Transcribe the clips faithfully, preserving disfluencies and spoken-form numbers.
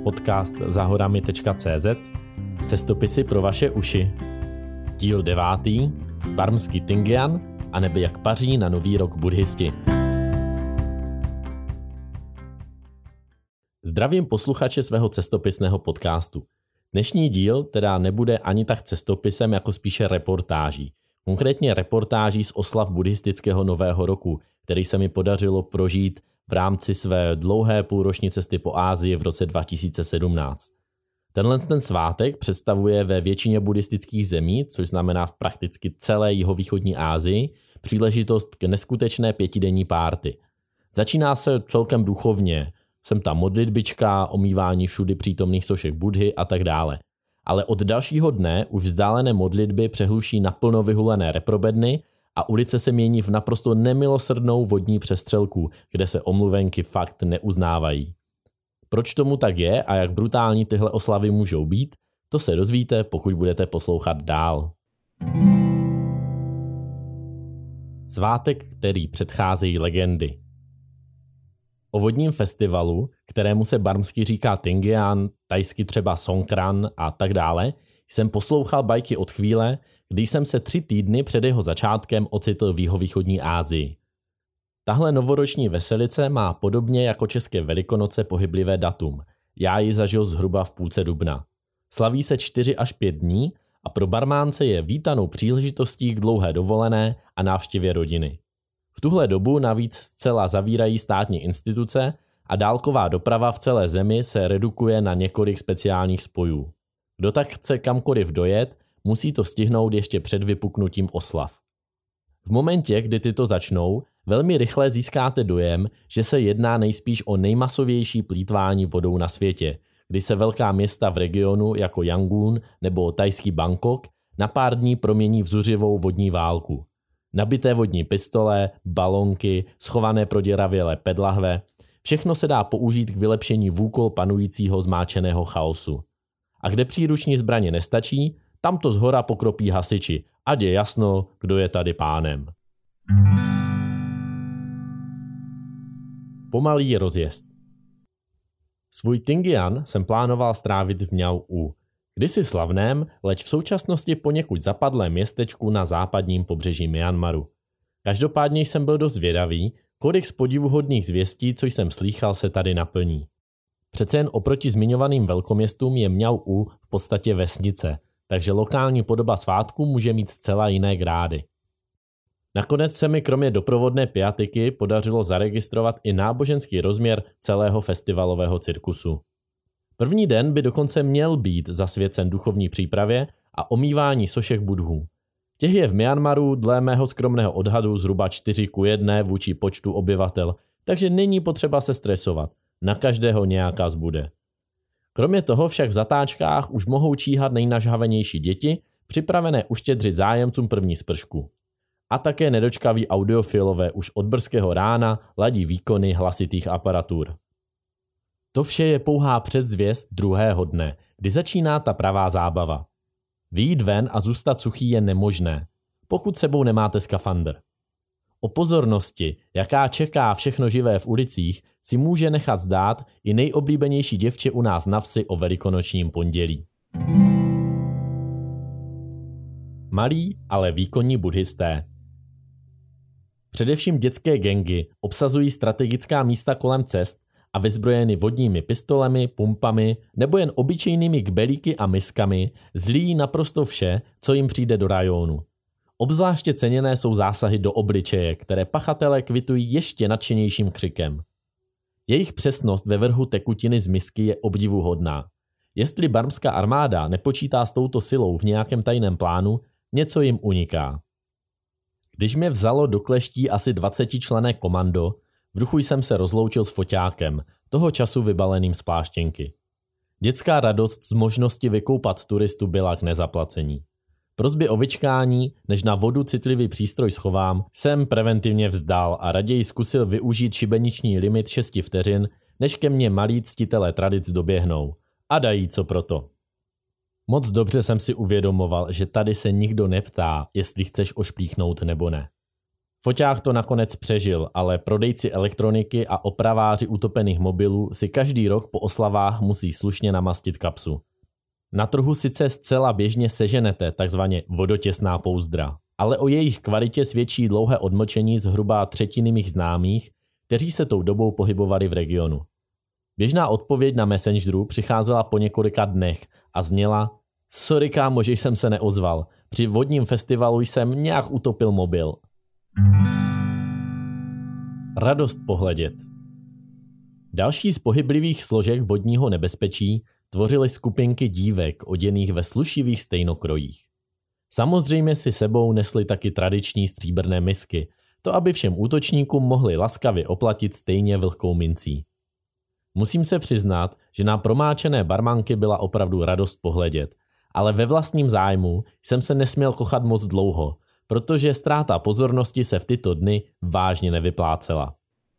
podcast za horami tečka cé zet, cestopisy pro vaše uši. Díl devátý, barmský Tingyan a nebe jak paří na nový rok buddhisti. Zdravím posluchače svého cestopisného podcastu. Dnešní díl teda nebude ani tak cestopisem, jako spíše reportáží. Konkrétně reportáží z oslav buddhistického nového roku, který se mi podařilo prožít v rámci své dlouhé půlroční cesty po Asii v roce dva tisíce sedmnáct. Tenhle ten svátek představuje ve většině buddhistických zemí, což znamená v prakticky celé jihovýchodní Asii, příležitost k neskutečné pětidenní párty. Začíná se celkem duchovně, jsem tam modlitbička, omývání všudy přítomných sošek Buddhy a tak dále. Ale od dalšího dne už vzdálené modlitby přehluší naplno vyhulené reprobedny a ulice se mění v naprosto nemilosrdnou vodní přestřelku, kde se omluvenky fakt neuznávají. Proč tomu tak je a jak brutální tyhle oslavy můžou být, to se dozvíte, pokud budete poslouchat dál. Svátek, který předcházejí legendy. O vodním festivalu, kterému se barmsky říká Tingyan, tajsky třeba Songkran a tak dále, jsem poslouchal bajky od chvíle, kdy jsem se tři týdny před jeho začátkem ocitl v jihovýchodní Asii. Tahle novoroční veselice má podobně jako české Velikonoce pohyblivé datum. Já ji zažil zhruba v půlce dubna. Slaví se čtyři až pět dní a pro Barmánce je vítanou příležitostí k dlouhé dovolené a návštěvě rodiny. V tuhle dobu navíc zcela zavírají státní instituce a dálková doprava v celé zemi se redukuje na několik speciálních spojů. Kdo tak chce kamkoliv dojet, musí to stihnout ještě před vypuknutím oslav. V momentě, kdy tyto začnou, velmi rychle získáte dojem, že se jedná nejspíš o nejmasovější plýtvání vodou na světě, kdy se velká města v regionu jako Yangon nebo tajský Bangkok na pár dní promění v zuřivou vodní válku. Nabité vodní pistole, balonky, schované proděravělé pedlahve, všechno se dá použít k vylepšení vůkol panujícího zmáčeného chaosu. A kde příruční zbraně nestačí, tam to zhora pokropí hasiči, ať je jasno, kdo je tady pánem. Pomalý rozjezd. Svůj Tingyan jsem plánoval strávit v Mňau U, kdysi slavném, leč v současnosti poněkud zapadlém městečku na západním pobřeží Myanmaru. Každopádně jsem byl dost zvědavý, kolik z podivuhodných zvěstí, co jsem slýchal, se tady naplní. Přece jen oproti zmiňovaným velkoměstům je Mňau U v podstatě vesnice, takže lokální podoba svátku může mít zcela jiné grády. Nakonec se mi kromě doprovodné piatiky podařilo zaregistrovat i náboženský rozměr celého festivalového cirkusu. První den by dokonce měl být zasvěcen duchovní přípravě a omývání sošek Buddhů. Těch je v Myanmaru dle mého skromného odhadu zhruba čtyři ku jedné vůči počtu obyvatel, takže není potřeba se stresovat. Na každého nějaká zbude. Kromě toho však v zatáčkách už mohou číhat nejnažhavenější děti, připravené uštědřit zájemcům první spršku. A také nedočkaví audiofilové už od brzkého rána ladí výkony hlasitých aparatur. To vše je pouhá předzvěst druhého dne, kdy začíná ta pravá zábava. Vyjít ven a zůstat suchý je nemožné, pokud sebou nemáte skafandr. O pozornosti, jaká čeká všechno živé v ulicích, si může nechat zdát i nejoblíbenější děvče u nás na vsi o velikonočním pondělí. Malí, ale výkonní buddhisté. Především dětské gangy obsazují strategická místa kolem cest a vyzbrojeny vodními pistolemi, pumpami nebo jen obyčejnými kbelíky a miskami zlíjí naprosto vše, co jim přijde do rajonu. Obzvláště ceněné jsou zásahy do obličeje, které pachatelé kvitují ještě nadšenějším křikem. Jejich přesnost ve vrhu tekutiny z misky je obdivuhodná. Jestli barmská armáda nepočítá s touto silou v nějakém tajném plánu, něco jim uniká. Když mě vzalo do kleští asi dvacetičlenné komando, v duchu jsem se rozloučil s foťákem, toho času vybaleným z pláštěnky. Dětská radost z možnosti vykoupat turistu byla k nezaplacení. Prosby o vyčkání, než na vodu citlivý přístroj schovám, jsem preventivně vzdal a raději zkusil využít šibeniční limit šesti vteřin, než ke mně malí ctitelé tradic doběhnou. A dají co proto. Moc dobře jsem si uvědomoval, že tady se nikdo neptá, jestli chceš ošplíchnout nebo ne. Foťák to nakonec přežil, ale prodejci elektroniky a opraváři utopených mobilů si každý rok po oslavách musí slušně namastit kapsu. Na trhu sice zcela běžně seženete takzvaně vodotěsná pouzdra, ale o jejich kvalitě svědčí dlouhé odmlčení zhruba třetiny mých známých, kteří se tou dobou pohybovali v regionu. Běžná odpověď na Messengeru přicházela po několika dnech a zněla: sorry kámo, že jsem se neozval, při vodním festivalu jsem nějak utopil mobil. Radost pohledět. Další z pohyblivých složek vodního nebezpečí tvořily skupinky dívek oděných ve slušivých stejnokrojích. Samozřejmě si sebou nesli taky tradiční stříbrné misky, to aby všem útočníkům mohli laskavě oplatit stejně vlhkou mincí. Musím se přiznat, že na promáčené barmanky byla opravdu radost pohledět, ale ve vlastním zájmu jsem se nesměl kochat moc dlouho, protože ztráta pozornosti se v tyto dny vážně nevyplácela.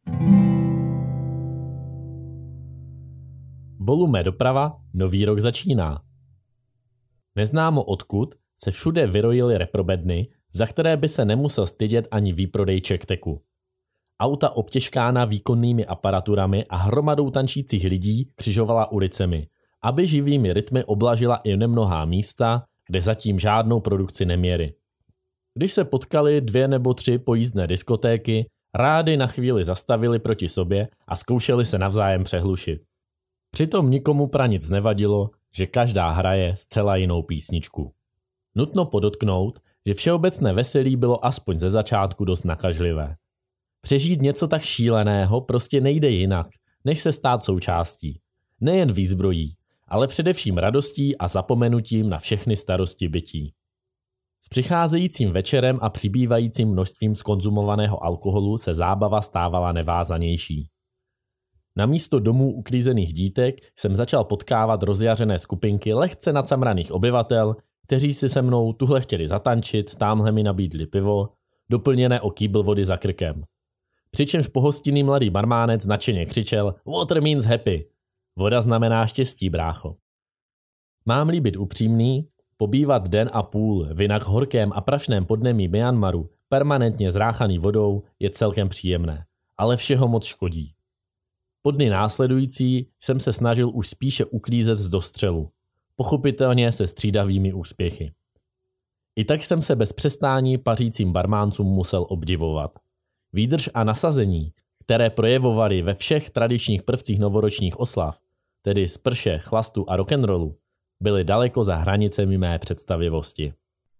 Volume doprava, nový rok začíná. Neznámo odkud se všude vyrojily reprobedny, za které by se nemusel stydět ani výprodej Čekteku. Auta obtěžkána výkonnými aparaturami a hromadou tančících lidí křižovala ulicemi, aby živými rytmy oblažila i nemnohá místa, kde zatím žádnou produkci neměli. Když se potkali dvě nebo tři pojízdné diskotéky, rády na chvíli zastavili proti sobě a zkoušeli se navzájem přehlušit. Přitom nikomu pra nic nevadilo, že každá hraje zcela jinou písničku. Nutno podotknout, že všeobecné veselí bylo aspoň ze začátku dost nakažlivé. Přežít něco tak šíleného prostě nejde jinak, než se stát součástí. Nejen výzbrojí, ale především radostí a zapomenutím na všechny starosti bytí. S přicházejícím večerem a přibývajícím množstvím zkonzumovaného alkoholu se zábava stávala nevázanější. Namísto domů uklízených dítek jsem začal potkávat rozjařené skupinky lehce nacamraných obyvatel, kteří si se mnou tuhle chtěli zatančit, támhle mi nabídli pivo, doplněné o kýbl vody za krkem. Přičemž pohostinný mladý barmánec nadšeně křičel "Water means happy". Voda znamená štěstí, brácho. Mám-li být upřímný, pobývat den a půl v jinak horkém a prašném podnemí Myanmaru permanentně zráchaný vodou je celkem příjemné, ale všeho moc škodí. Po dny následující jsem se snažil už spíše uklízet z dostřelu, pochopitelně se střídavými úspěchy. I tak jsem se bez přestání pařícím barmáncům musel obdivovat. Výdrž a nasazení, které projevovali ve všech tradičních prvcích novoročních oslav, tedy sprše, chlastu a rock'n'rollu, byly daleko za hranicemi mé představivosti.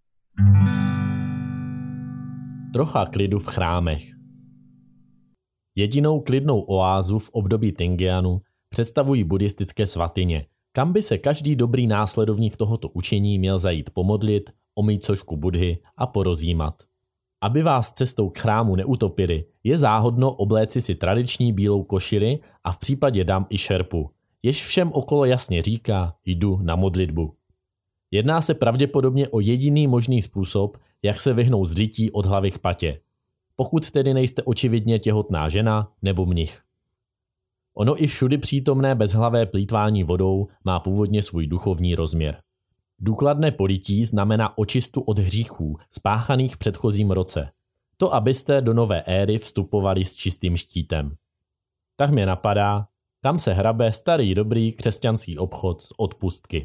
Trocha klidu v chrámech. Jedinou klidnou oázu v období Tingyanu představují buddhistické svatyně, kam by se každý dobrý následovník tohoto učení měl zajít pomodlit, omýt sošku Buddhy a porozjímat. Aby vás cestou k chrámu neutopili, je záhodno obléci si tradiční bílou košili a v případě dam i šerpu, jež všem okolo jasně říká jdu na modlitbu. Jedná se pravděpodobně o jediný možný způsob, jak se vyhnout zlití od hlavy k patě. Pokud tedy nejste očividně těhotná žena nebo mnich. Ono i všudy přítomné bezhlavé plýtvání vodou má původně svůj duchovní rozměr. Důkladné polití znamená očistu od hříchů spáchaných v předchozím roce. To, abyste do nové éry vstupovali s čistým štítem. Tak mě napadá, tam se hrabe starý dobrý křesťanský obchod s odpustky.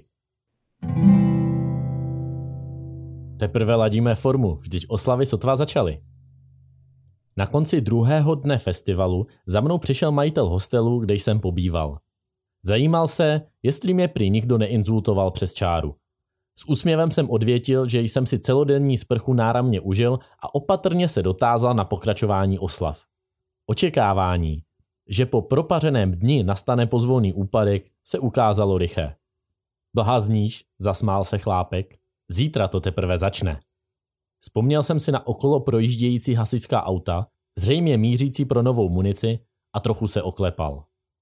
Teprve ladíme formu, vždyť oslavy sotva začaly. Na konci druhého dne festivalu za mnou přišel majitel hostelu, kde jsem pobýval. Zajímal se, jestli mě prý nikdo neinzultoval přes čáru. S úsměvem jsem odvětil, že jsem si celodenní sprchu náramně užil a opatrně se dotázal na pokračování oslav. Očekávání, že po propařeném dni nastane pozvolný úpadek, se ukázalo rychle. Blahazníš, zasmál se chlápek, zítra to teprve začne. Vzpomněl jsem si na okolo projíždějící hasičská auta, zřejmě mířící pro novou munici, a trochu se oklepal.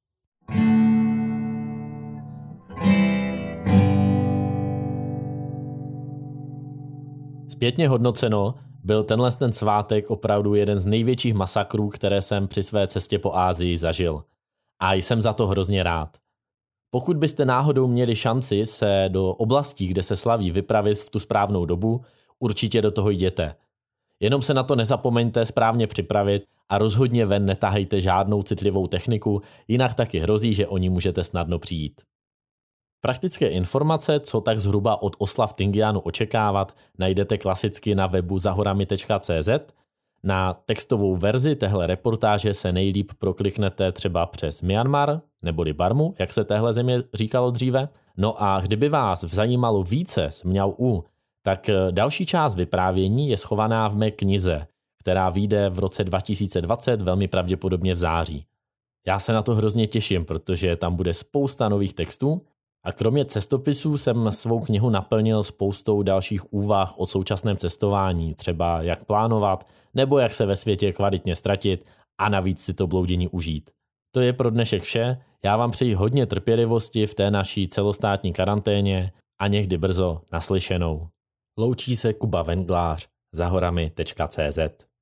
Zpětně hodnoceno byl tenhle ten svátek opravdu jeden z největších masakrů, které jsem při své cestě po Asii zažil. A jsem za to hrozně rád. Pokud byste náhodou měli šanci se do oblastí, kde se slaví, vypravit v tu správnou dobu, určitě do toho jděte. Jenom se na to nezapomeňte správně připravit a rozhodně ven netahejte žádnou citlivou techniku, jinak taky hrozí, že o ní můžete snadno přijít. Praktické informace, co tak zhruba od oslav Tingjánu očekávat, najdete klasicky na webu za horami tečka cé zet. Na textovou verzi téhle reportáže se nejlíp prokliknete třeba přes Myanmar, neboli Barmu, jak se téhle země říkalo dříve. No a kdyby vás zajímalo více z Mňau, tak další část vyprávění je schovaná v mé knize, která vyjde v roce dva tisíce dvacet, velmi pravděpodobně v září. Já se na to hrozně těším, protože tam bude spousta nových textů a kromě cestopisů jsem svou knihu naplnil spoustou dalších úvah o současném cestování, třeba jak plánovat nebo jak se ve světě kvalitně ztratit a navíc si to bloudění užít. To je pro dnešek vše, já vám přeji hodně trpělivosti v té naší celostátní karanténě a někdy brzo naslyšenou. Loučí se Kuba Wendlář za horami tečka cé zet.